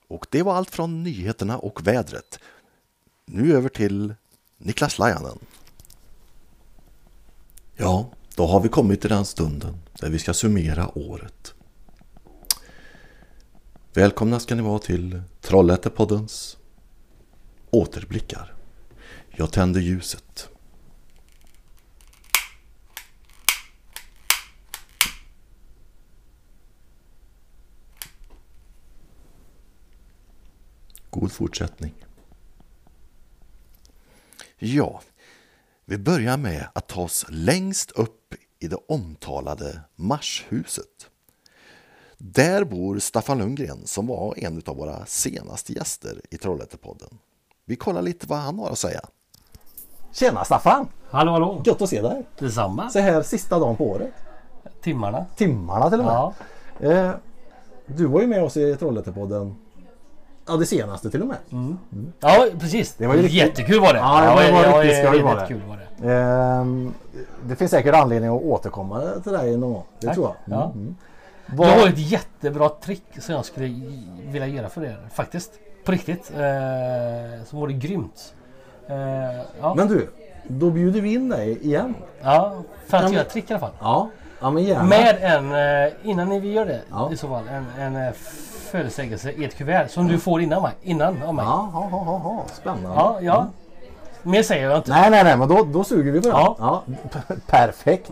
Och det var allt från nyheterna och vädret. Nu över till Niklas Lajanen. Ja, då har vi kommit till den stunden där vi ska summera året. Välkomna ska ni vara till Trollhättepoddens återblickar. Jag tänder ljuset. God fortsättning. Ja, vi börjar med att ta oss längst upp i det omtalade Marshuset. Där bor Staffan Lundgren som var en av våra senaste gäster i Trollhättepodden. Vi kollar lite vad han har att säga. Tjena Staffan! Hallå, hallå! Gött att se dig! Detsamma! Så här sista dagen på året. Timmarna Till och med. Ja. Du var ju med oss i Trollhättepodden. Ja, det senaste till och med. Ja, precis. Det var ju riktigt... Jättekul var det. Ja, det var riktigt skoj var det. Kul var det. Det finns säkert anledning att återkomma till dig någon gång. Det tror jag. Ja. Du har ett jättebra trick som jag skulle vilja göra för er. Faktiskt. På riktigt. Som var det grymt. Ja. Men du, då bjuder vi in dig igen. Ja, för att göra ett trick i alla fall. Ja, men gärna. Med en, innan ni gör det i så fall, en förutsägelse i ett kuvert som du får innan av mig. Ja, spännande. Ja. Mer säger jag inte. Nej, men då suger vi på det. Ja. Perfekt.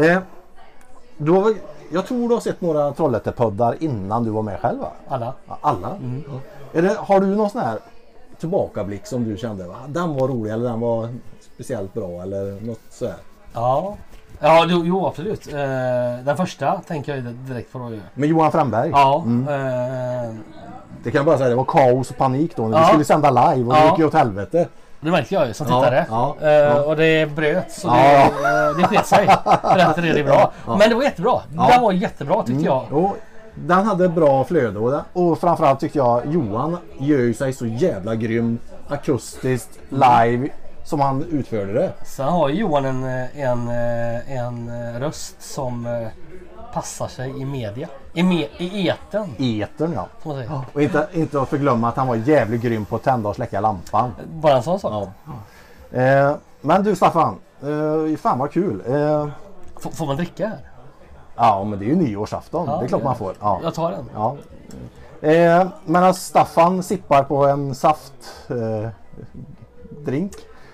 Jag tror du har sett några Trollhättepoddar innan du var med själv, va? Alla? Har du någon sån här tillbakablick som du kände, va? Den var rolig eller den var speciellt bra eller något sådär? Ja, jo, absolut. Den första tänker jag direkt på då. Med Johan Framberg? Ja. Det kan jag bara säga, det var kaos och panik då när vi skulle sända live och det gick ju åt helvete. Det märkte jag ju som tittare. Och det bröt så det sket sig. För att det är bra. Men det var jättebra. Den var jättebra tyckte jag. Och den hade bra flöde och framförallt tyckte jag Johan gör ju sig så jävla grym akustiskt live som han utförde det. Sen har Johan en röst som passar sig i media. I etern. Etern, ja. Som man säger. Och inte att förglömma att han var jävligt grym på att tända och släcka lampan. Bara en sån sak. Ja. Men du Staffan, fan vad kul. Får man dricka här? Ja, men det är ju nyårsafton. Det är klart man får. Ja. Jag tar den. Ja. Men Staffan sippar på en saftdrink.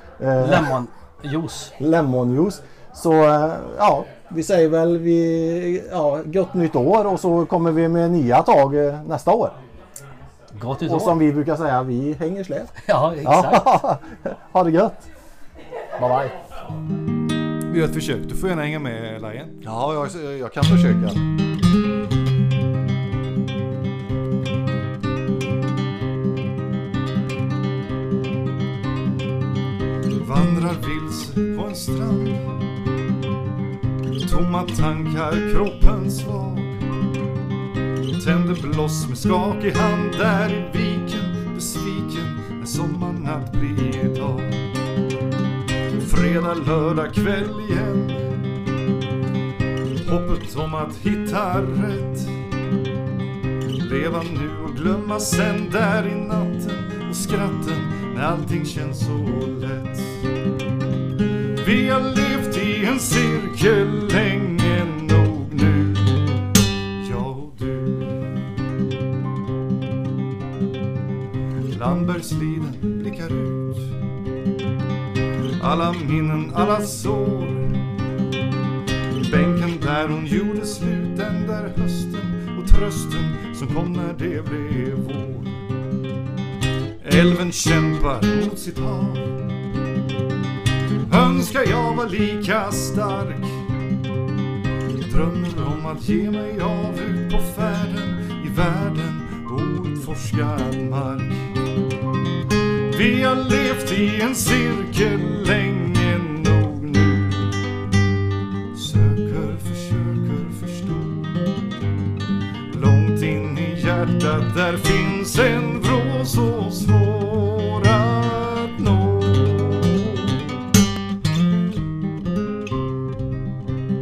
Lemonjuice. Så vi säger väl gott nytt år och så kommer vi med nya tag nästa år. Gott nytt år. Och som vi brukar säga, vi hänger släp. Ja, exakt. Ha det gött. Bye. Vi gör ett försök. Du får gärna hänga med, Lajen. Ja, jag kan försöka. Vandrar vilse på en strand. Tomma tankar, kroppen svag. Tänder bloss med skakig hand. Där i viken, besviken när sommarnatt blir dag. Fredag, lördag kväll igen. Hoppet om att hitta rätt. Leva nu och glömma sen. Där i natten och skratten när allting känns så lätt. Vi har levt i en cirkel länge nog nu. Jag och du. Landbergsliden blickar ut. Alla minnen, alla sår. Bänken där hon gjorde slut. Den där hösten och trösten som kom när det blev vår. Älven kämpar mot sitt hav. Önskar jag var lika stark. Drömmer om att ge mig av ut på färden i världen och utforskad mark. Vi har levt i en cirkel länge nog nu. Söker, försöker förstå. Långt in i hjärtat där finns en vrå så svår att nå.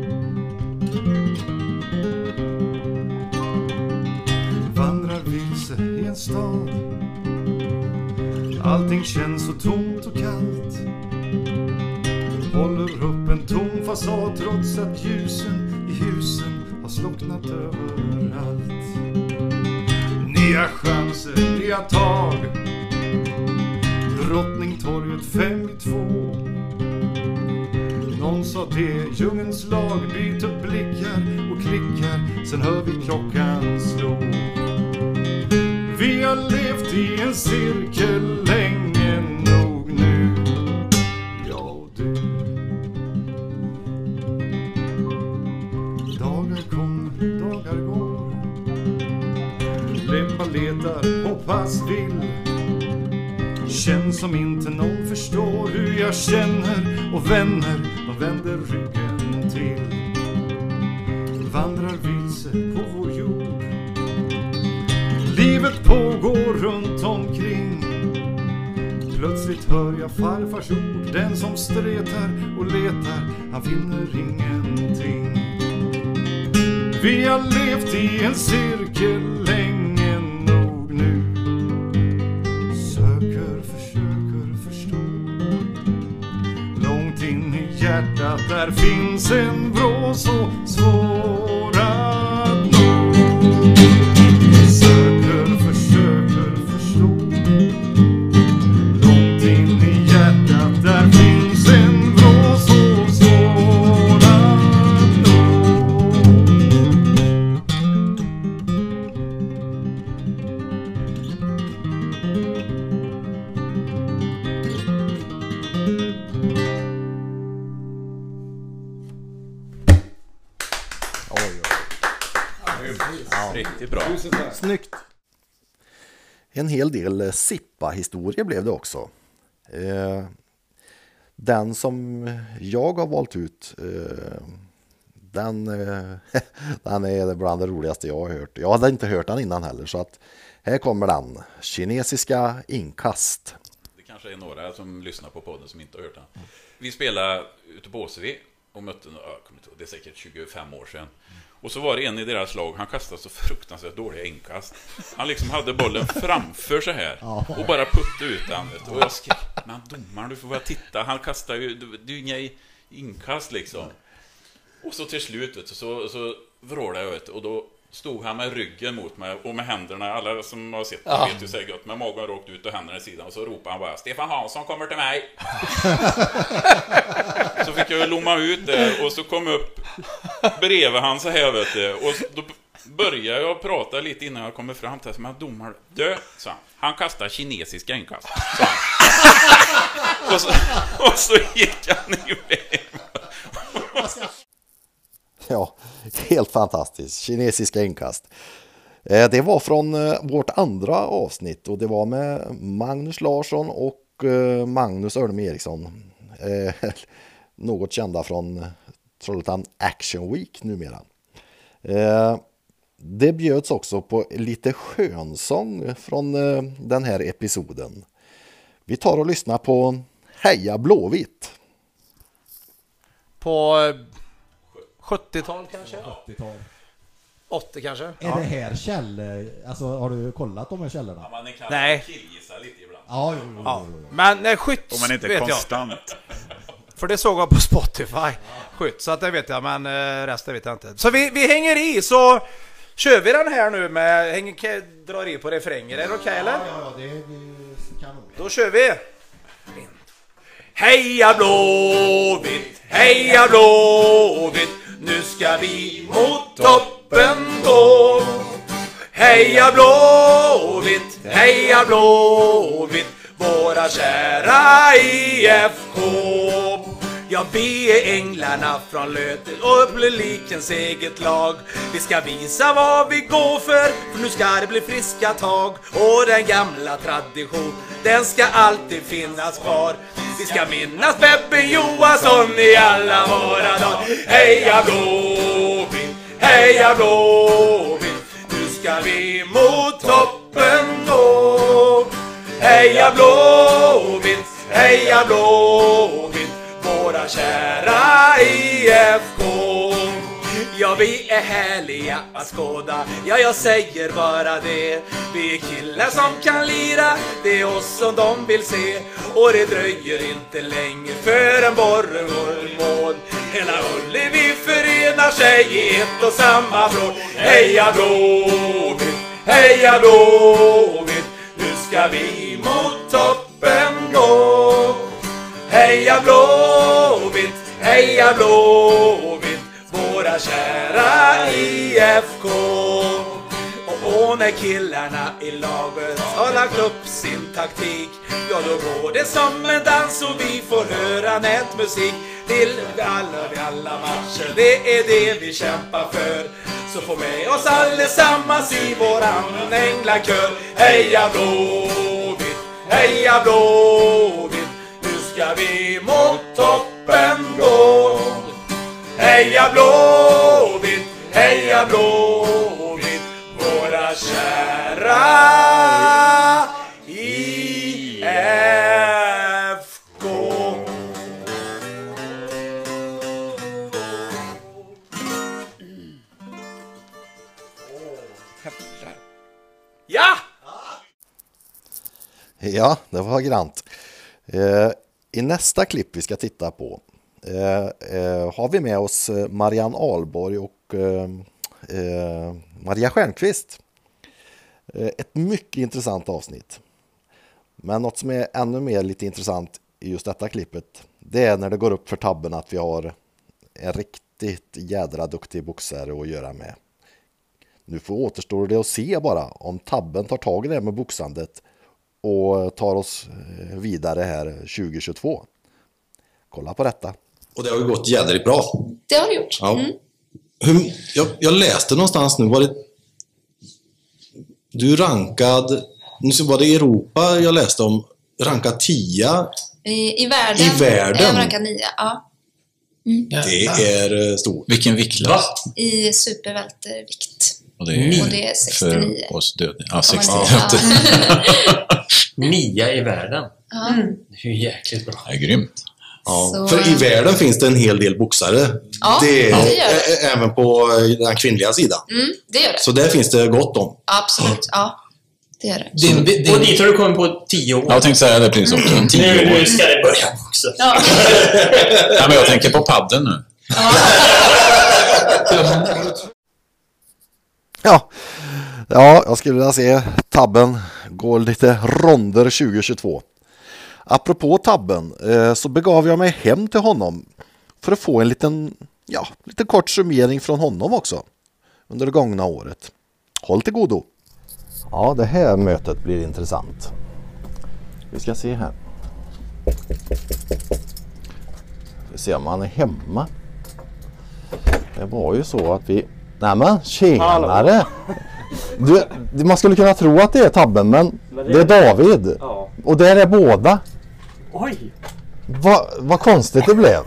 Vandrar vilse vilse i en stad. Allting känns så tomt och kallt. Håller upp en tom fasad trots att ljusen i husen har slocknat överallt. Nya chanser, nya tag. Drottningtorget 5 i 2. Någon sa det, djungens lag. Byter blickar och klickar. Sen hör vi klockan slå. Vi har levt i en cirkel länge nog nu. Jag och du. Dagar kommer, dagar går. Läppar letar, hoppas vill. Känns som inte någon förstår hur jag känner. Och vänner, de vänder ryggen till. Vandrar vilse på vår jord. Livet pågår runt omkring. Plötsligt hör jag farfars ord. Den som stretar och letar, han finner ingenting. Vi har levt i en cirkel länge nog nu. Söker, försöker förstå. Långt in i hjärtat där finns en vrå så svår att nå. Söker, försöker förstå. Långt in i hjärtat där finns en vrå så svår att nå. Riktigt bra. Snyggt. En hel del Sippa-historier blev det också. Den som jag har valt ut, den är bland det roligaste jag har hört. Jag hade inte hört den innan heller, så att här kommer den. Kinesiska inkast. Det kanske är några som lyssnar på podden som inte har hört den. Vi spelade ute på Åsevi och mötte, det är säkert 25 år sedan. Och så var det en i deras lag, han kastade så fruktansvärt dåliga inkast. Han liksom hade bollen framför sig här och bara puttade ut den. Och jag skrek, men domaren, du får bara titta. Han kastar ju, det är ju inga inkast liksom. Och så till slut, vet du, så vrålade jag ut. Och då stod han med ryggen mot mig och med händerna, alla som har sett det vet ju så gott, med magen rakt ut och händerna i sidan. Och så ropade han bara, Stefan Hansson kommer till mig. Så fick jag ju lomma ut där och så kom upp bredvid han så här, vet du. Och då började jag prata lite innan jag kommer fram till att man domar dö, så han kastar kinesiska inkast. Och så gick han iväg. Ja, helt fantastiskt. Kinesiska inkast. Det var från vårt andra avsnitt och det var med Magnus Larsson och Magnus Ölme Eriksson. Något kända från Trollhättan Action Week numera. Det bjöds också på lite skönsång från den här episoden. Vi tar och lyssnar på Heja Blåvitt. På 70-tal kanske? 80-tal. 80 kanske? Är det här källor? Alltså har du kollat de här källorna? Ja, man kan Nej. killgissa lite ibland. Ja, Ja. Men skytt Om man inte vet är konstant. jag. För det såg jag på Spotify. Skytt, så att det vet jag, men resten vet jag inte. Så vi hänger i, så kör vi den här nu med drar i på refränger. Är det okej eller? Ja, det kan nog. Då kör vi. Heja Blåvitt, heja Blåvitt, nu ska vi mot toppen gå. Heja Blåvitt, heja Blåvitt, våra kära IFK. Ja, vi är änglarna från Lötet och publikens eget lag. Vi ska visa vad vi går för nu ska det bli friska tag. Och den gamla tradition, den ska alltid finnas kvar. Vi ska minnas Peppe Johansson i alla våra dagar. Heja Blåvitt, heja Blåvitt, nu ska vi mot toppen gå. Heja Blåvitt, heja Blåvitt, våra kära IFK. Ja, vi är härliga att skåda. Ja, jag säger bara det. Vi är killar som kan lira. Det är oss som de vill se. Och det dröjer inte länge förrän borren går i mål. Hela Ullevi förenar sig i ett och samma från. Heja Blåvitt, heja Blåvitt, nu ska vi mot toppen gå. Heja Blåvitt, heja Blåvitt, våra kära IFK. Och när killarna i laget har lagt upp sin taktik, ja då går det som en dans och vi får höra nätmusik. Till alla matcher, det är det vi kämpar för. Så få med oss allesammans i våran änglakör. Heja Blåvitt, heja Blåvitt, nu ska vi mot toppen gå. Heja Blåvitt, heja Blåvitt, våra kära IFK. Ja! Ja, det var grant. I nästa klipp vi ska titta på har vi med oss Marianne Ahlborg och Maria Stjernqvist. Ett mycket intressant avsnitt. Men något som är ännu mer lite intressant i just detta klippet, det är när det går upp för tabben att vi har en riktigt jädra duktig boxare att göra med. Nu får återstår det att se bara om tabben tar tag i det med boxandet och tar oss vidare här 2022. Kolla på detta. Och det har ju gått jädrigt bra. Det har det gjort. Ja. Jag läste någonstans nu, var det du rankad, nu var det Europa jag läste om, rankad 10 i världen. I världen. Jag rankad 9, ja. Det är stort. Vilken viktklass? I supervältervikt. Och det är 69. För oss död. Ja, 69. 9 i världen. Ja. Det är ju jäkligt bra. Det är grymt. Ja, så, för i världen finns det en hel del boxare. Ja, det gör det. Även på den kvinnliga sidan. Det gör det. Så där finns det gott om. Absolut, ja. Det gör det. Och dit har du kommit på 10 år. Jag tänkte säga det precis också. 10 år. Nu ska det börja boxa. Ja. Ja, men jag tänker på padden nu. Ja, jag skulle vilja se tabben gå lite ronder 2022. Apropå tabben så begav jag mig hem till honom för att få en lite kort summering från honom också under det gångna året. Håll till godo. Ja, det här mötet blir intressant. Vi ska se här. Vi ser om han är hemma. Det var ju så att vi... Nämen, tjenare! Man skulle kunna tro att det är tabben, men det är David. Ja. Och där är båda. Oj! Vad konstigt det blev.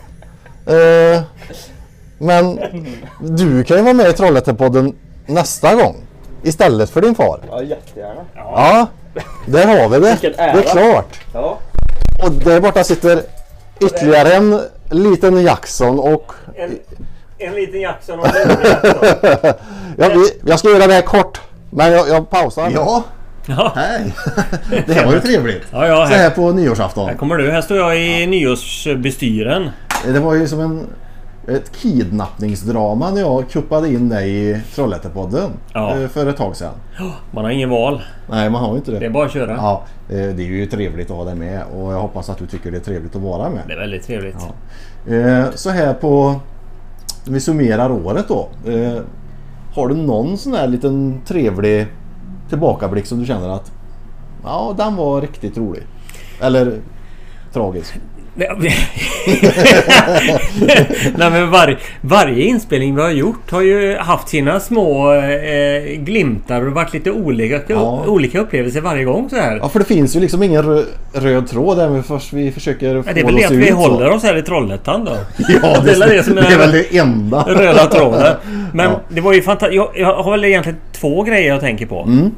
Men du kan ju vara med i Trollhättepodden nästa gång. Istället för din far. Ja, jättegärna. Ja, där har vi det. Det är klart. Ja. Och där borta sitter ytterligare en liten Jackson och... En liten Jackson och en liten Jackson. Jag ska göra det här kort. Men jag pausar. Ja, hej. Det här var ju trevligt. Ja, så här på nyårsafton. Här kommer du. Här står jag i nyårsbestyren. Det var ju som ett kidnappningsdrama när jag kuppade in dig i Trollhättepodden för ett tag sedan. Man har ingen val. Nej, man har ju inte det. Det är bara att köra. Ja, det är ju trevligt att ha dig med och jag hoppas att du tycker det är trevligt att vara med. Det är väldigt trevligt. Ja. Så här på... Vi summerar året då. Har du någon sån här liten trevlig tillbakablick som du känner att den var riktigt rolig? Eller tragisk? Nej, men varje inspelning vi har gjort har ju haft sina små glimtar och varit lite olika upplevelser varje gång så här. Ja, för det finns ju liksom ingen röd tråd där men först vi försöker få det är väl det att vi håller oss här i Trollhättan då. Ja, det är väl det enda röda tråden. Men det var ju fantastiskt. Jag har väl egentligen 2 grejer jag tänker på.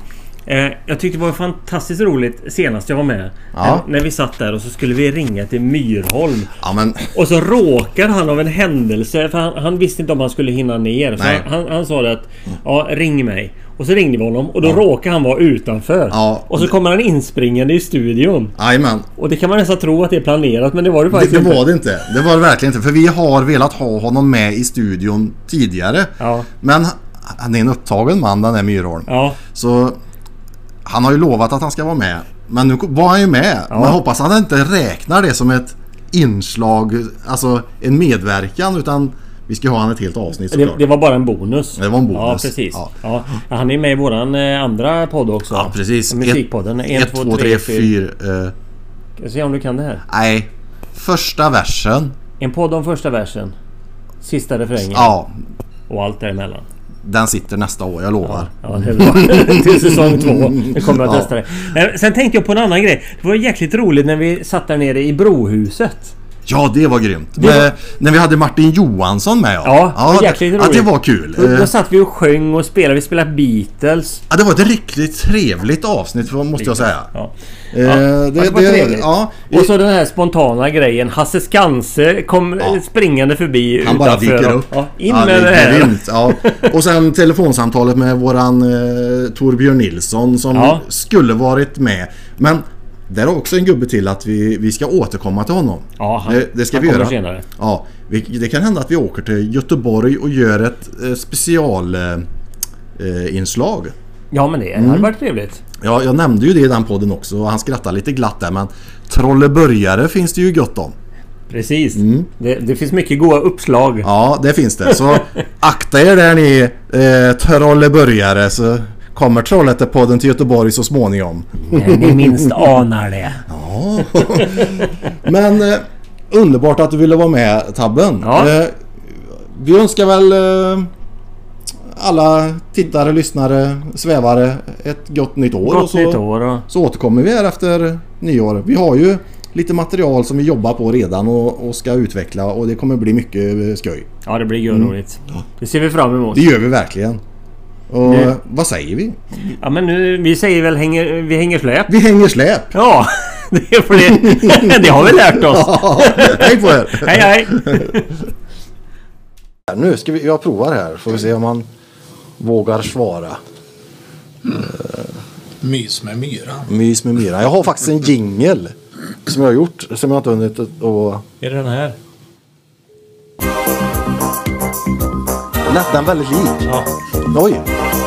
Jag tyckte det var fantastiskt roligt senast jag var med. Ja. När vi satt där och så skulle vi ringa till Myrholm. Ja, men... Och så råkar han av en händelse, för han visste inte om han skulle hinna ner. Så han sa det att ring mig. Och så ringde vi honom och då råkar han vara utanför. Ja. Och så kommer han inspringande i studion. Jajamän. Och det kan man nästan tro att det är planerat, men det var det faktiskt inte. Det var det inte. Det var det verkligen inte. För vi har velat ha honom med i studion tidigare. Ja. Men han är en upptagen man, den är Myrholm. Ja. Så han har ju lovat att han ska vara med. Men nu var han ju med. Ja. Men hoppas han inte räknar det som ett inslag, alltså en medverkan, utan vi ska ha han ett helt avsnitt såklart. Det var bara en bonus. Det var en bonus. Ja, precis. Ja. Han är med i våran andra podd också. Ja, precis. Musikpodden. 1, 2, 3, 4. Ska se om du kan det här. Nej. Första versen. En podd om första versen. Sista refrängen. Ja. Och allt däremellan. Den sitter nästa år, jag lovar. Ja, det är bra. Till säsong 2. Det kommer att testa det. Sen tänkte jag på en annan grej. Det var jäkligt roligt när vi satt där nere i Brohuset. Ja, det var grymt. När vi hade Martin Johansson med. Ja, jäkligt roligt. Ja, det var kul. Då satt vi och sjöng och spelade. Vi spelade Beatles. Ja, det var ett riktigt trevligt avsnitt, måste jag säga. Ja. Det var trevligt. Ja. Och så den här spontana grejen. Hasse Skanse kom springande förbi. Han bara dyker upp. Ja, in med det här. Grymt, ja. Och sen telefonsamtalet med våran Torbjörn Nilsson som skulle varit med. Men där är också en gubbe till att vi ska återkomma till honom. Ja, det ska vi göra senare. Ja, det kan hända att vi åker till Göteborg och gör ett specialinslag. Ja, men det hade varit trevligt. Ja, jag nämnde ju det i den podden också och han skrattar lite glatt där, men trolleburgare finns det ju gott om. Precis. Det finns mycket goda uppslag. Ja, det finns det. Så akta er där ni trolleburgare, så kommer Trollhättepodden till Göteborg så småningom. När ni minst anar det. Ja. Men underbart att du ville vara med, Tabben. Ja. Vi önskar väl alla tittare, lyssnare, svävare ett gott nytt år. Så återkommer vi här efter nyår. Vi har ju lite material som vi jobbar på redan och ska utveckla, och det kommer bli mycket skoj. Ja, det blir görroligt. Det ser vi fram emot. Det gör vi verkligen. Och vad säger vi? Ja, men nu, vi säger väl vi hänger släp. Vi hänger släp. Ja, det är för det har vi lärt oss. Ja, hej på er. Hej. Nu ska jag provar här. Får vi se om man vågar svara. Mys med myra. Mys med myra. Jag har faktiskt en jingle som jag har gjort, som jag inte hunnit och... Är det den här? Lät den väldigt lik? Ja. Oj.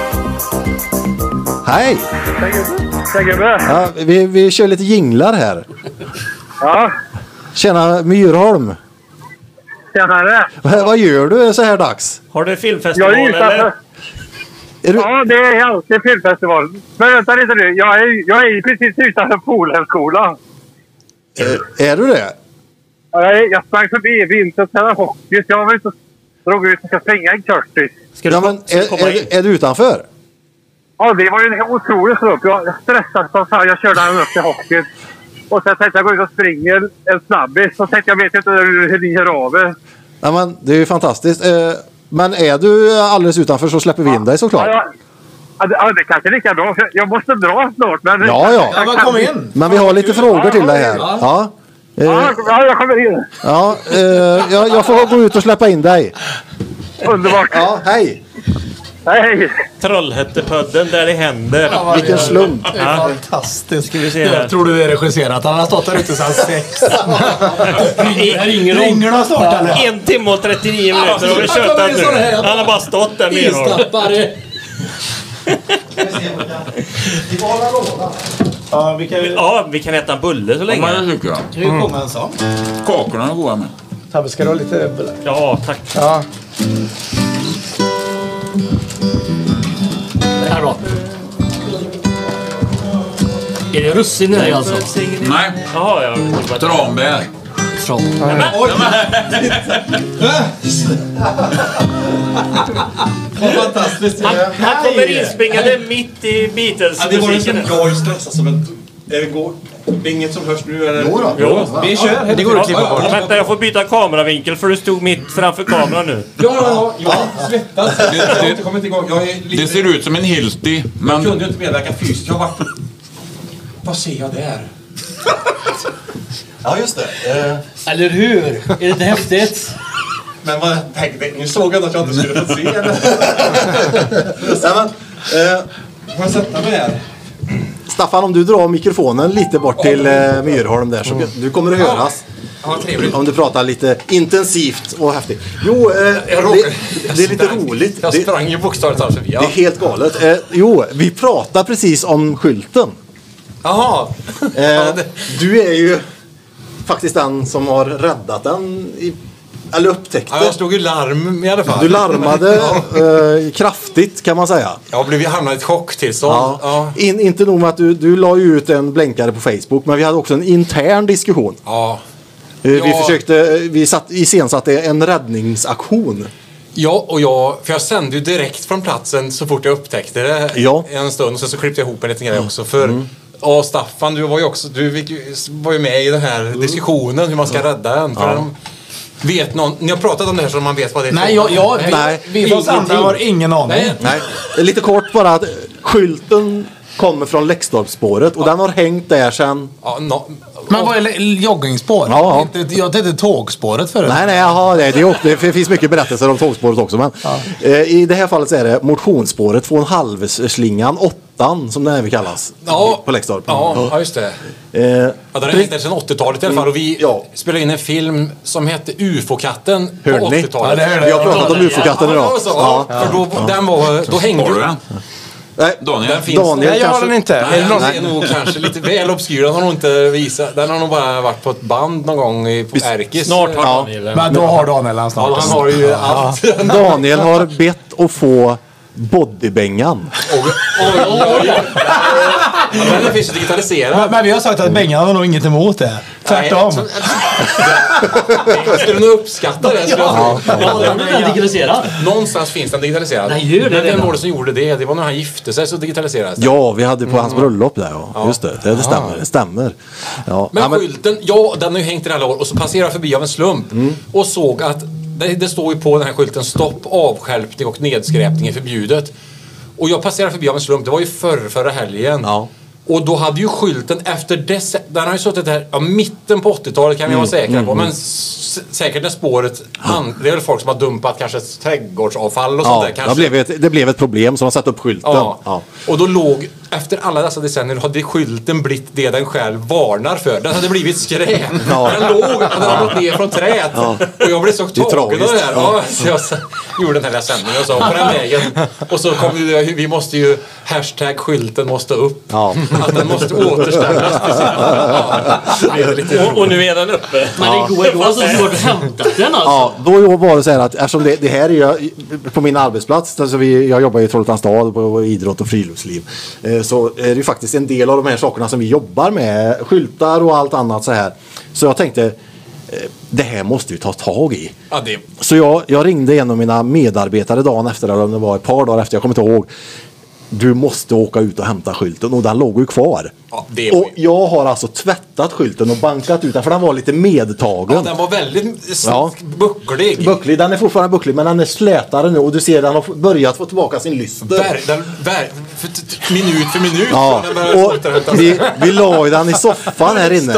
Hej! Ja, vi kör lite jinglar här. Ja. Tjena, Myrholm. Tjenare. Vad gör du så här dags? Har du filmfestival eller? Ja, det är alltid filmfestival. Men vänta lite nu. Jag är precis utanför Polhögskolan. Är du det? Jag sprang förbi vinter till hockey. Jag var ute och drog ut och ska springa en kurtis. Är du utanför? Ja, det var ju en otrolig slump. Jag stressade som fan. Jag körde han upp till hockey. Och sen tänkte jag gå ut och springa en snabbis. Så tänkte jag vet inte hur ni hör av er. Ja, men det är ju fantastiskt. Men är du alldeles utanför så släpper vi in dig såklart. Ja, det kanske är lika bra. Jag måste dra snart. Men Ja, men kom in. Men vi har lite frågor till dig här. Ja, jag kommer in. Ja, jag får gå ut och släppa in dig. Underbart. Ja, hej. Hej. Trollhättepodden där det händer. Ja, vilken slump. Det är fantastiskt. Ska vi se Jag tror du är regisserat. Han har stått där ute sedan 6. Ringer de snart eller? 1 timme och 39 minuter och vi kört nu. Han har bara stått där med. Vi kan äta en bulle så länge. Ja, det tycker jag. Hur kommer en sån? Kakorna är goda med. Tabbe, ska du ha lite bulle? Ja, tack. Ja. Det här då. Är det russin i alltså? Nej. Jaha, ja. Tranbär. Fantastiskt. Han kommer inspringande mitt i Beatles-musiken. Ja, det var ju så bra att stressa som en Det är inget som hörs nu eller? Jo, vi kör. Det går att klippa bort. Vänta, jag får byta kameravinkel för du stod mitt framför kameran nu. Ja, jag svettas. Jag kommer inte igång. Jag är lite... Det ser ut som en Hilti, men... Jag kunde ju inte medverka fysiskt. Jag var... Vad ser jag där? Ja, just det. Eller hur? Är det inte häftigt? Men vad tänkte ni såg att jag inte skulle få se eller? Får jag sätta mig här? Staffan, om du drar mikrofonen lite bort till Myrholm där så du kommer att höras. Ja, trevligt. Om du pratar lite intensivt och häftigt. Jo, det är lite roligt. Jag sprang ju bokstavligt talat förbi. Det är helt galet. Jo, vi pratar precis om skylten. Jaha. Du är ju faktiskt den som har räddat den eller upptäckte. Ja, jag slog ju larm i alla fall. Du larmade kraftigt kan man säga. Jag blev hamnat i ett chocktillstånd. Ja. Inte nog med att du la ut en blänkare på Facebook, men vi hade också en intern diskussion. Ja. Vi iscensatte en räddningsaktion. Ja, för jag sände ju direkt från platsen så fort jag upptäckte det en stund. Och så klippte jag ihop en liten grej också. För Staffan, du var ju med i den här diskussionen hur man ska rädda den. För vet någon, ni har pratat om det här så man vet vad det är. Nej, vi från Sandra har ingen aning. Nej. Lite kort bara att skylten kommer från Läxtorpsspåret och den har hängt där sedan... Men vad är joggingspår? Ja. Jag tänkte tågspåret förut. Nej, det finns mycket berättelser om tågspåret också. Men i det här fallet så är det motionsspåret 2,5-slingan 8 som den även kallas på Läxtorp. Ja, just det. Den har hängt där sedan 80-talet i alla fall. Och vi spelade in en film som hette UFO-katten på 80-talet. Vi har pratat om UFO-katten idag. För då hängde den. Nej, Daniel Nej, jag har den inte. Nej, den är nog kanske lite väl obskyr. Den har nog inte visat. Den har nog bara varit på ett band någon gång på Erkis. Snart har Daniel. Men då har Daniel han snart. Ja, han har ju allt. Daniel har bett att få bodybängan. Den finns ju digitaliserad. Men vi har sagt att Bengan har nog inget emot det. Tvärtom. Jag skulle nog uppskatta det. Den är digitaliserad. Någonstans finns den digitaliserad. Den var det som gjorde det. Det var när han gifte sig så digitaliserades det. Ja, vi hade på hans bröllop där. Just det, det stämmer. Ja. Men skylten, den har ju hängt i alla år. Och så passerade jag förbi av en slump. Och såg att det står ju på den här skylten stopp, avstjälpning och nedskräpning är förbjudet. Och jag passerade förbi av en slump. Det var ju förra helgen. Ja. Och då hade ju skylten efter dess... Den har ju suttit här... mitten på 80-talet kan vi vara säkra på. Men säkert när spåret... Det är väl folk som har dumpat kanske trädgårdsavfall och sånt där. Kanske. Det blev ett problem som har satt upp skylten. Ja. Och då låg... Efter alla dessa decennier hade skylten blivit det den själv varnar för. Den hade blivit skräp. Den låg och den hade gått ner från träet. Och jag blev så tagen av det här. Så jag gjorde den här sändningen och så på den vägen. Och så kom det, vi måste ju #skylten måste upp. Att den måste återställas. Och nu är den uppe. Men igår var så svårt att hämta den alltså. Ja, då var det så här att eftersom det här är ju på min arbetsplats. Alltså jag jobbar i Trollhättan stad på idrott och friluftsliv. Så är det ju faktiskt en del av de här sakerna som vi jobbar med. Skyltar och allt annat så här. Så jag tänkte, det här måste vi ta tag i. Så jag ringde en av mina medarbetare dagen efter, eller om det var ett par dagar efter, jag kommer inte ihåg. Du måste åka ut och hämta skylten. Och den låg ju kvar. Och jag har alltså tvättat skylten och bankat ut den. För den var lite medtagen. Ja, den var väldigt bucklig. Den är fortfarande bucklig, men den är slätare nu. Och du ser, den har börjat få tillbaka sin lyster. Minut för minut. Ja. Och vi la ju den i soffan här inne.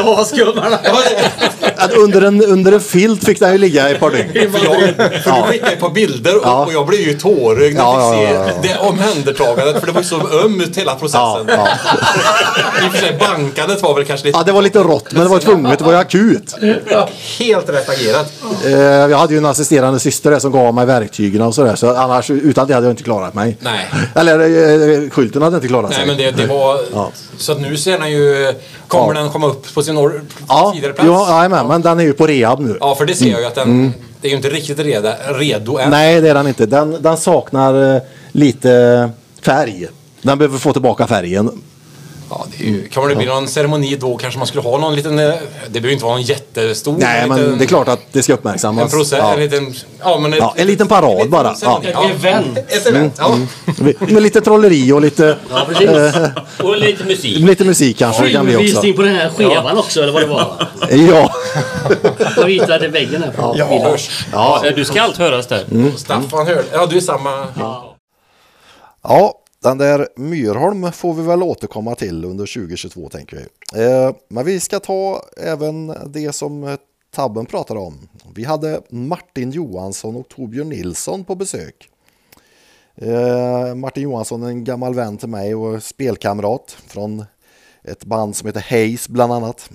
Under en filt fick den ju ligga i ett par dygn. För du skickade ett par bilder och jag blev ju tårögd när jag fick se det omhändertagandet. För det var ju så ömt hela processen. I och för sig bankandet var väl kanske lite... Ja, det var lite rått, men det var tvunget. Det var ju akut. Helt rätt agerat. Jag hade ju en assisterande syster där som gav mig verktygen och sådär. Så annars, utan det hade jag inte klarat mig. Nej. Eller skylten hade inte klarat sig. Nej, men det var... Så att nu ser den ju... Kommer den komma upp på sin tidigare plats? Ja, men den är ju på rehab nu. Ja, för det ser jag ju att den... Det är ju inte riktigt redo än. Nej, det är den inte. Den saknar lite färg. Den behöver få tillbaka färgen. Ja, kan det bli någon ceremoni då? Kanske man skulle ha någon liten... Det behöver inte vara en jättestor... Nej, men det är klart att det ska uppmärksammas. En process, en liten... En liten parad bara. Ett event. Med lite trolleri och lite... Ja, precis. Och lite musik. Lite musik kanske kan vi också. Visning på den här skevan också, eller vad det var. Ja. Jag hittade väggen här på bilen. Ja, du ska allt höras där. Staffan hör... Ja, du är samma... Ja, den där Myrholm får vi väl återkomma till under 2022 tänker vi. Men vi ska ta även det som Tabben pratade om. Vi hade Martin Johansson och Torbjörn Nilsson på besök. Martin Johansson är en gammal vän till mig och spelkamrat från ett band som heter Hayes bland annat.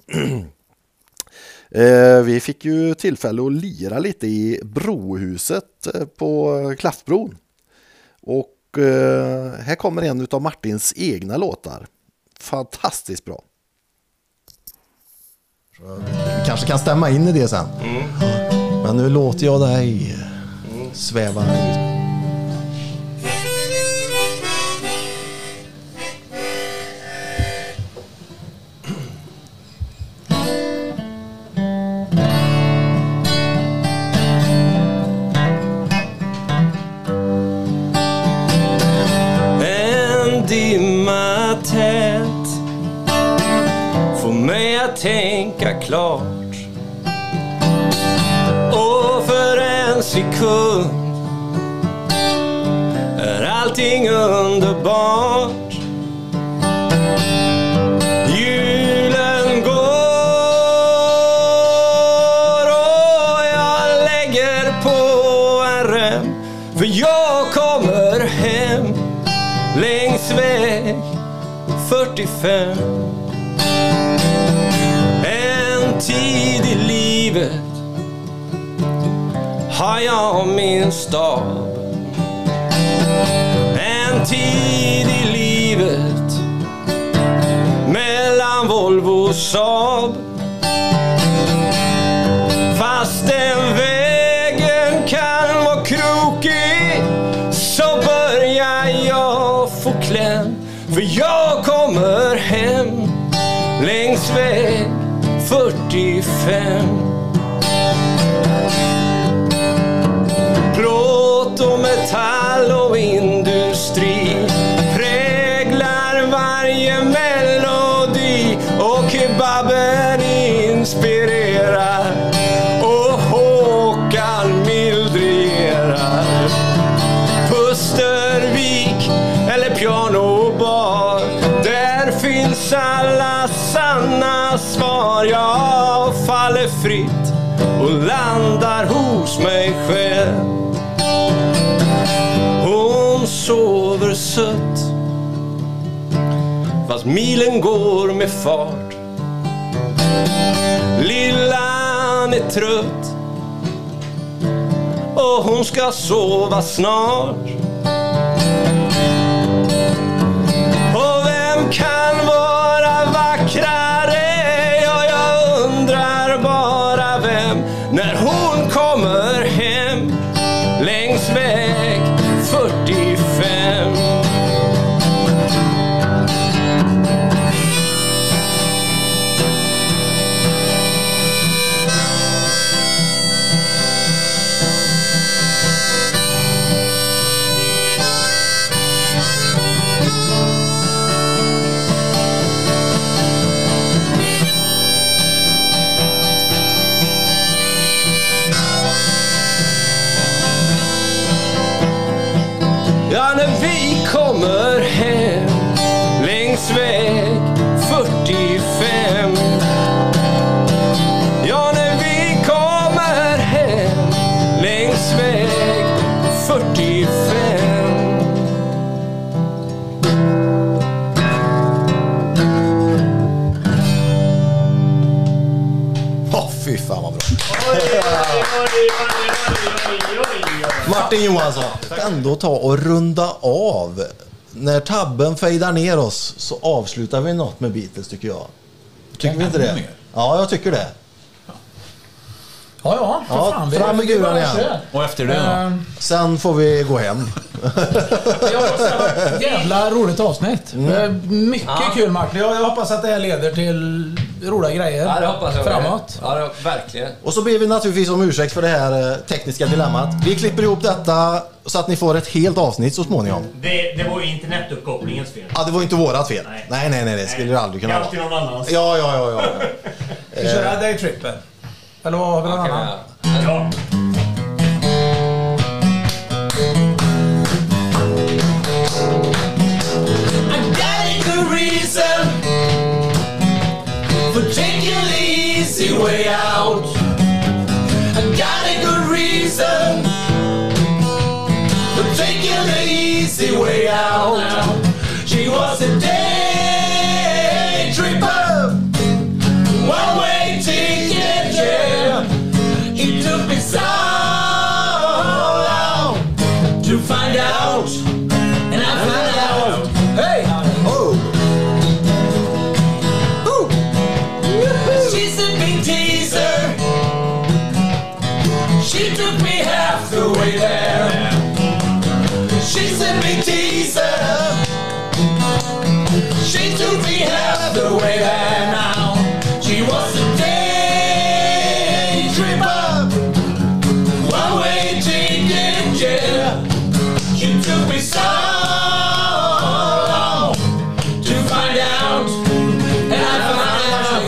Vi fick ju tillfälle att lira lite i Brohuset på Klaffbron. Och här kommer en av Martins egna låtar. Fantastiskt bra. Vi kanske kan stämma in i det sen. Men nu låter jag dig sväva ut. Dimma tät får mig att tänka klart, och för en sekund är allting underbart. Julen går och jag lägger på en rem, för jag kommer hem längs väg 45. En tid i livet har jag min stab. En tid i livet mellan Volvo och Saab. Fast den vägen kan vara krokig, så börjar jag få kläm, för jag kommer hem längs väg 45. Plåt och metall och industri präglar varje melodi, och kebaben inspirerar och Håkan mildrerar. Pustervik eller pianobar, där finns alla sanna svar. Jag faller fritt och landar hos mig själv. Hon sover sött, fast milen går med fart. Lillan är trött och hon ska sova snart. Och vem kan vara vackrare? Ja, jag undrar bara vem, när hon kommer hem längs väg 45. Ja, när vi kommer hem längs väg 45. Ja, när vi kommer hem längs väg 45. Fy fan vad bra. Martin Johansson, ändå ta och runda av. När Tabben fejdar ner oss så avslutar vi något med Beatles tycker jag. Tycker vi inte det? Ja, jag tycker det. Ja, för fan. Fram med guran igen. Och efter det då? Sen får vi gå hem. Jävla roligt avsnitt. Mycket kul, Martin. Jag hoppas att det här leder till roliga grejer. Ja, det hoppas jag. Framåt. Ja, verkligen. Och så ber vi naturligtvis om ursäkt för det här tekniska dilemmat. Vi klipper ihop detta så att ni får ett helt avsnitt så småningom. Det var ju internetuppkopplingens fel. Ja, det var inte vårat fel. Nej, det skulle det aldrig kunna vara. Kanske någon annans. Ja. Vi kör daytrippen. Eller vad har vi någon annan? Ja. Reason for taking the easy way out. I got a good reason for taking the easy way out. She was a day tripper, one-way ticket, yeah. It took me so long to find out, and I found out. Hey! She's a big teaser. She took me half the way there. She's a big teaser. She took me half the way there now. She was a day tripper, one-way ticket, yeah. She took me so long to find out, and I found out.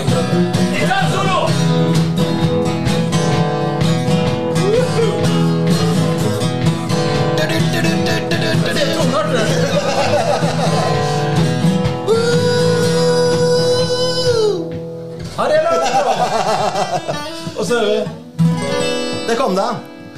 Ja, det är bra. Och så är vi. Där kom den.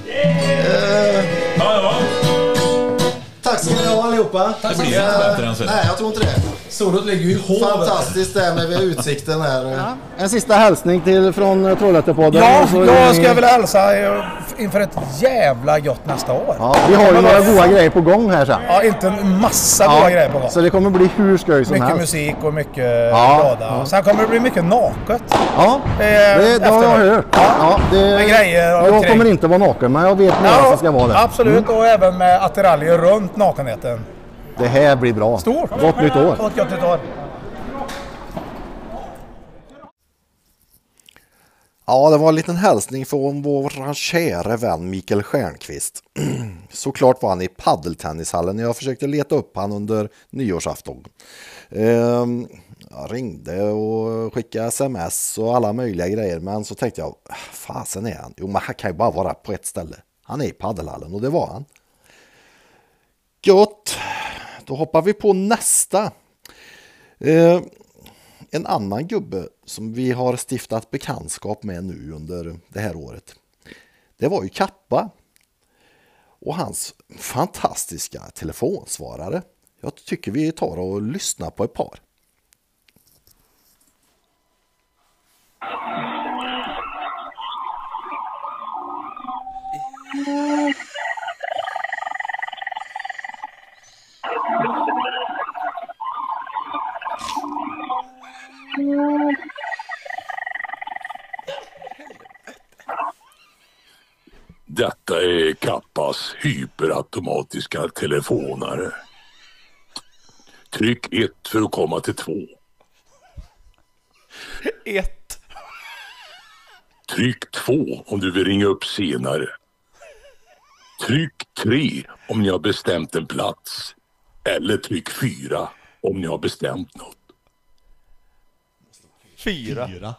Ja. Tack ska ni ha allihopa. Det blir inte bättre än så. Nej, jag tror inte det. Solot ligger ju i hålet. Fantastiskt det med utsikten här. Ja. En sista hälsning från Trollhättepodden. Ja, då ska jag vilja hälsa inför ett jävla gott nästa år. Ja, vi har ju några goda grejer på gång här sen. Ja, inte en massa goda grejer på gång. Så det kommer bli hur skoj som mycket helst. Musik och mycket glada. Ja. Sen kommer det bli mycket naket. Ja, det har jag hört. Ja, med grejer och jag kommer inte vara naken, men jag vet när det ska vara det. Absolut, och även med attiraljer runt nakenheten. Det här blir bra. Stort. Gott nytt år. Gott nytt år. Ja, det var en liten hälsning från vår kära vän Mikael Stjernqvist. Såklart var han i paddeltennishallen när jag försökte leta upp han under nyårsafton. Jag ringde och skickade sms och alla möjliga grejer, men så tänkte jag, fasen är han? Jo, men han kan ju bara vara på ett ställe. Han är i paddelhallen och det var han. Gott, då hoppar vi på nästa. En annan gubbe som vi har stiftat bekantskap med nu under det här året. Det var ju Kappa. Och hans fantastiska telefonsvarare. Jag tycker vi tar och lyssnar på ett par. Detta är Kappas hyperautomatiska telefonare. Tryck 1 för att komma till 2. 1. Tryck 2 om du vill ringa upp senare. Tryck 3 om ni har bestämt en plats. Eller tryck 4 om ni har bestämt något. 4.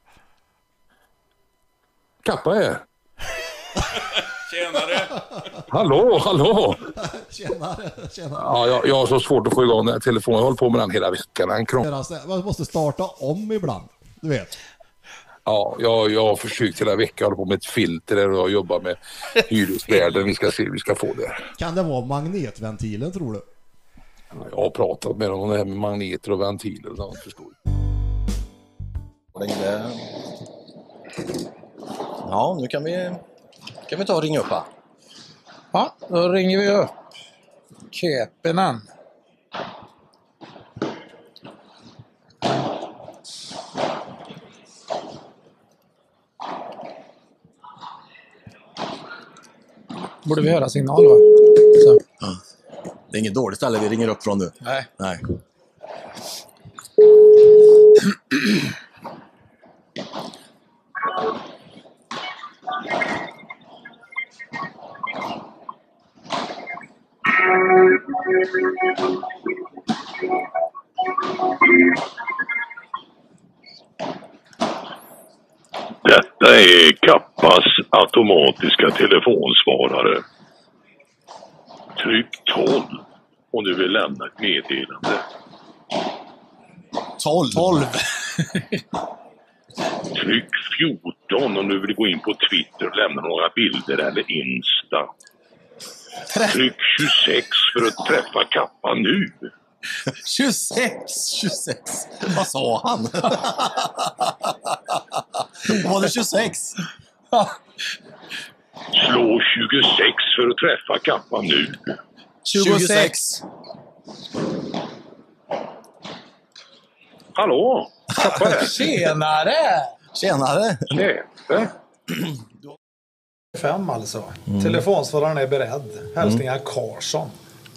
Kappa är. Tjenare! Hallå! Tjenare. Ja, jag har så svårt att få igång den här telefonen. Jag håller på med den hela veckan. Man måste starta om ibland, du vet. Ja, jag har försökt hela veckan. Jag håller på med ett filter och jag jobbar med hyresvärden. Vi ska se, vi ska få det. Kan det vara magnetventilen, tror du? Jag har pratat med dem om det här med magneter och ventiler och sånt, förstår du. Ja, nu kan vi ta och ringa upp här. Ja, då ringer vi upp Köpenen. Borde vi höra signal, va? Så. Ja. Det är inget dåligt ställe vi ringer upp från nu. Nej. Nej. Detta är Kappas automatiska telefonsvarare. Tryck 12 om du vill lämna ett meddelande. 12. Tryck 14 om du vill gå in på Twitter och lämna några bilder eller Insta. Tryck 26 för att träffa Kappa nu. 26. Vad sa han? Var det 26? Slå 26 för att träffa Kappa nu. 26. Hallå? Kappa här. Tjenare! Tjenare! 5 alltså. Telefonsvararen är beredd. Hälsningar Karlsson.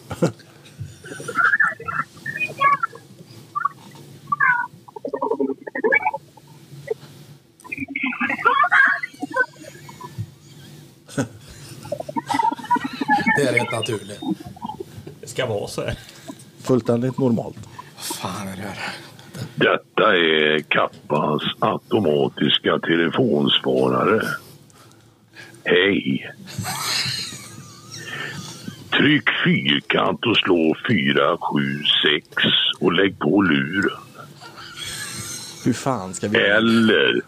Det är helt naturligt. Det ska vara så här. Fullständigt normalt. Fan är det här? Detta är Kappas automatiska telefonsvarare. Hej. Tryck fyrkant och slå 476 och lägg på luren. Hur fan ska vi... Eller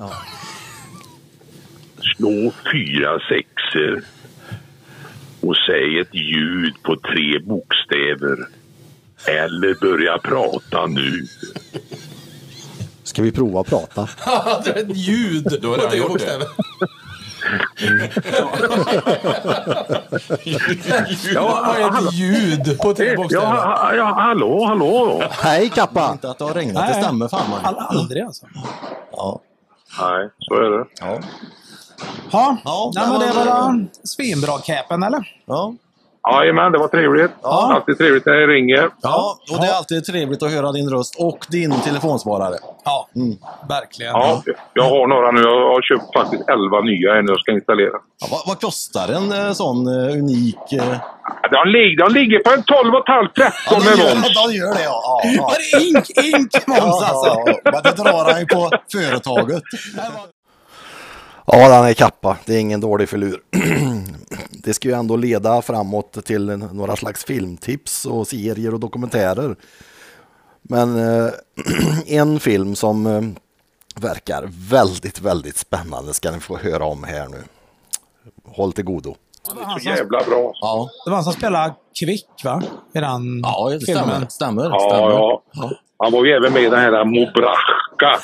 slå 4 sexer och säg ett ljud på 3 bokstäver. Eller börja prata nu. Ska vi prova att prata? Ja, det är ett ljud. Då är det gjort det. Ja, ett ljud på 3 bokstäver. Ja, hallå. Hej Kappa! Inte att det har regnat, det stämmer fan man. Aldrig alltså. Ja. Nej, så är det. Ja, men det var då svinbra capen, eller? Ja. Jajamän, det var trevligt. Ja. Alltid trevligt när jag ringer. Ja, och det är alltid trevligt att höra din röst och din telefonsvarare. Ja, verkligen. Ja, jag har några nu. Jag har köpt faktiskt 11 nya än jag ska installera. Ja, vad kostar en sån unik... De ligger på en 12,5-13 med moms. De gör det, ja. Var det ink moms alltså? Ja, men det drar han ju på företaget. Ja, den är Kappa. Det är ingen dålig filur. Det ska ju ändå leda framåt till några slags filmtips och serier och dokumentärer. Men en film som verkar väldigt, väldigt spännande ska ni få höra om här nu. Håll till godo. Det är så jävla bra. Ja. Det var han som spelade Kvick, va? I den det filmen. stämmer. Ja. Han var ju även med i den här Mobrachka.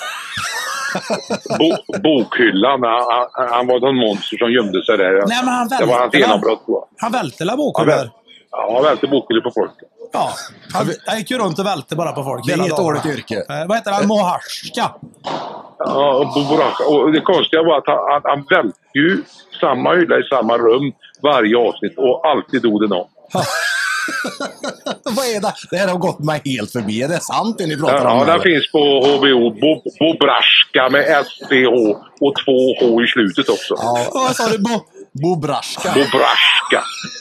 Bokhyllan. Han var någon monster som gömde sig där. Nej, men han det var hans genombrott. Han välte la bokhyllor. Ja, han välte bokhyllor på folk. Ja, han gick ju runt och välte bara på folk. Det är ett dåligt yrke. Vad heter han? Moharska. Ja, Bobrachka. Och det konstiga var att han välte ju samma hylla i samma rum varje avsnitt och alltid dog det någon. Vad är det? Det här har gått mig helt förbi. Är det sant det ni pratar om? Ja, den finns på HBO. Bobrachka med SCH och 2H i slutet också. Ja. Vad sa du? Bobrachka. Bobrachka.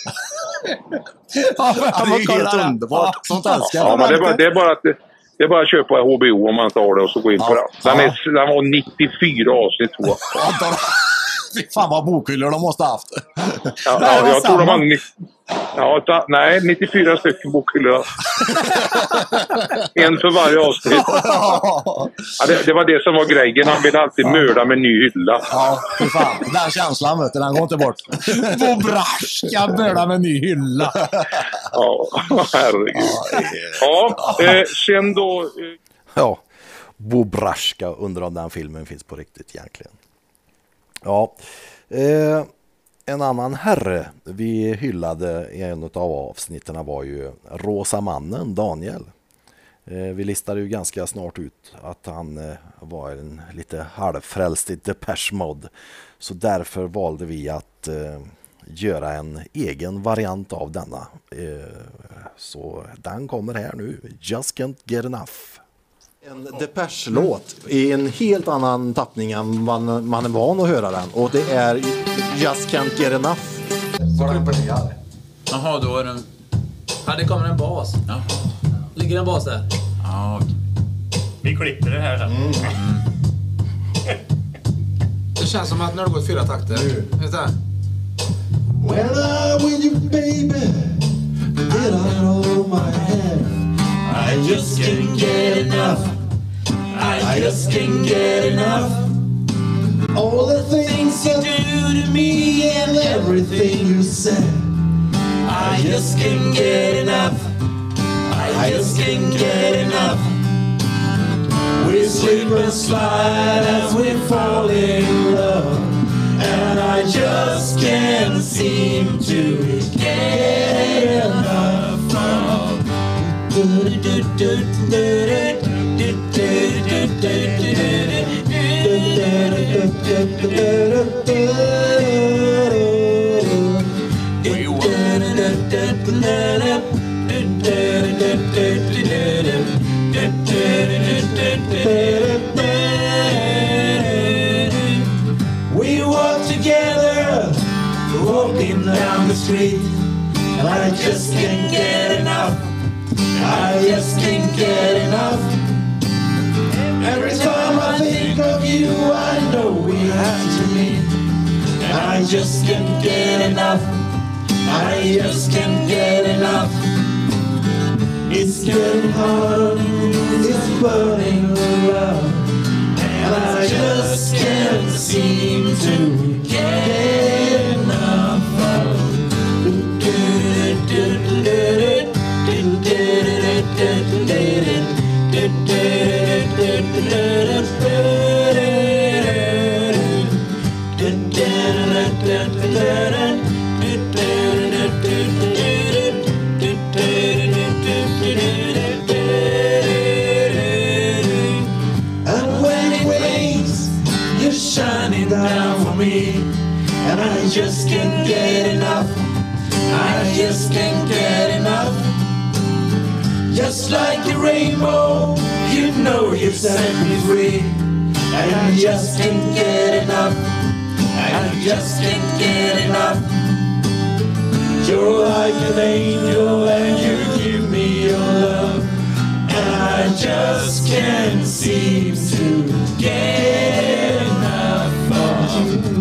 Ja, det är helt underbart. Sånt älskar jag. Ja, men det är bara att köpa HBO om man inte har det och så gå in på den. Den var 94 avsnitt tror jag. Fan vad bokhyllor de måste ha haft. Ja, jag tror de har... nej, 94 stycken bokhyllor. En för varje avsnitt. Ja, det var det som var grejen. Han ville alltid mörda med en ny hylla. Ja, för fan. Den känslan, vet du, den går inte bort. Bobrachka mörda med en ny hylla. Ja, herregud. Ja, sen då... Ja, Bobrachka, undrar om den filmen finns på riktigt egentligen. Ja, en annan herre vi hyllade i en av avsnitten var ju Rosa mannen, Daniel. Vi listade ju ganska snart ut att han var en lite halvfrälst i Depeche Mode. Så därför valde vi att göra en egen variant av denna. Så den kommer här nu. Just Can't Get Enough. En Depeche-låt i en helt annan tappning än man är van att höra den. Och det är Just Can't Get Enough. Jaha, då är den... Ja, det kommer en bas. Jaha. Ligger en bas där? Ja, okej. Vi klipper det här sen. Det känns som att när det går 4 takter. Vet du? When I'm with you, baby, get out of my head. I just can't get enough. I just can't get enough. All the things you do to me and everything you said. I just can't get enough. I just can't get enough. We slip and slide as we fall in love. And I just can't seem to get enough of. We walk together, walking down the street, and I just can't get enough. I just can't get enough. Every time I think of you, I know we have to meet, and I just can't get enough. I just can't get enough. It's getting hard, it's burning love, and I just can't seem to get enough of. And when it rains, you're shining down for me, and I just can't get enough. I just can't get enough. Just like a rainbow, you know you set me free, and I just can't get enough. I just can't get enough. You're like an angel and you give me your love, and I just can't seem to get enough of.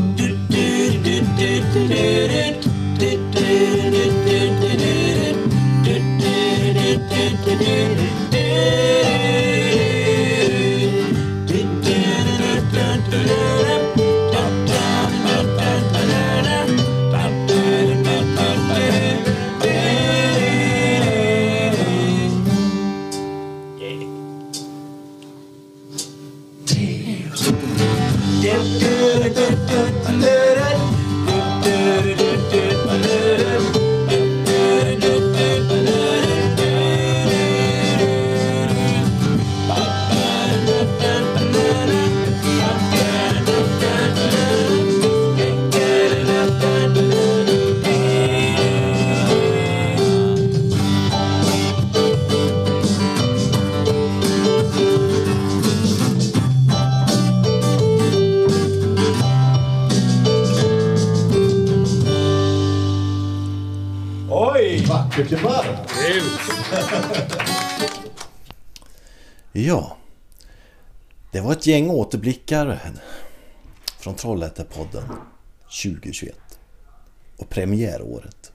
Ja, det var ett gäng återblickar från Trollhättepodden 2021 och premiäråret.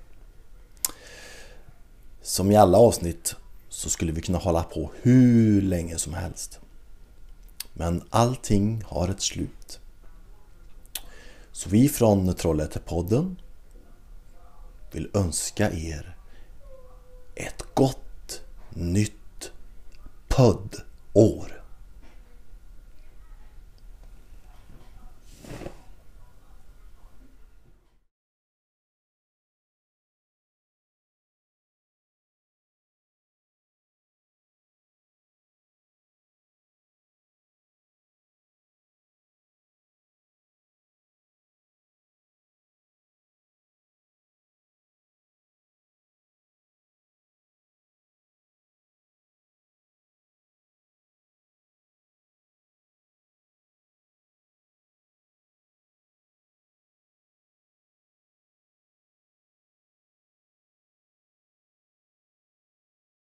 Som i alla avsnitt så skulle vi kunna hålla på hur länge som helst. Men allting har ett slut. Så vi från Trollhättepodden vill önska er ett gott nytt poddår.